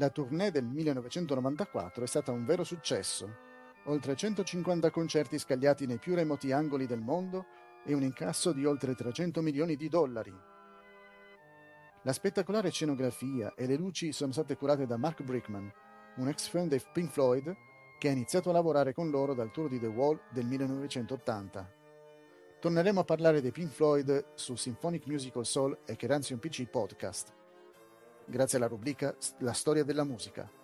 La tournée del 1994 è stata un vero successo. Oltre 150 concerti scagliati nei più remoti angoli del mondo e un incasso di oltre 300 milioni di dollari. La spettacolare scenografia e le luci sono state curate da Mark Brickman, un ex fan dei Pink Floyd che ha iniziato a lavorare con loro dal tour di The Wall del 1980. Torneremo a parlare dei Pink Floyd su Symphonic Musical Soul e Keranzion PC Podcast, grazie alla rubrica La storia della musica.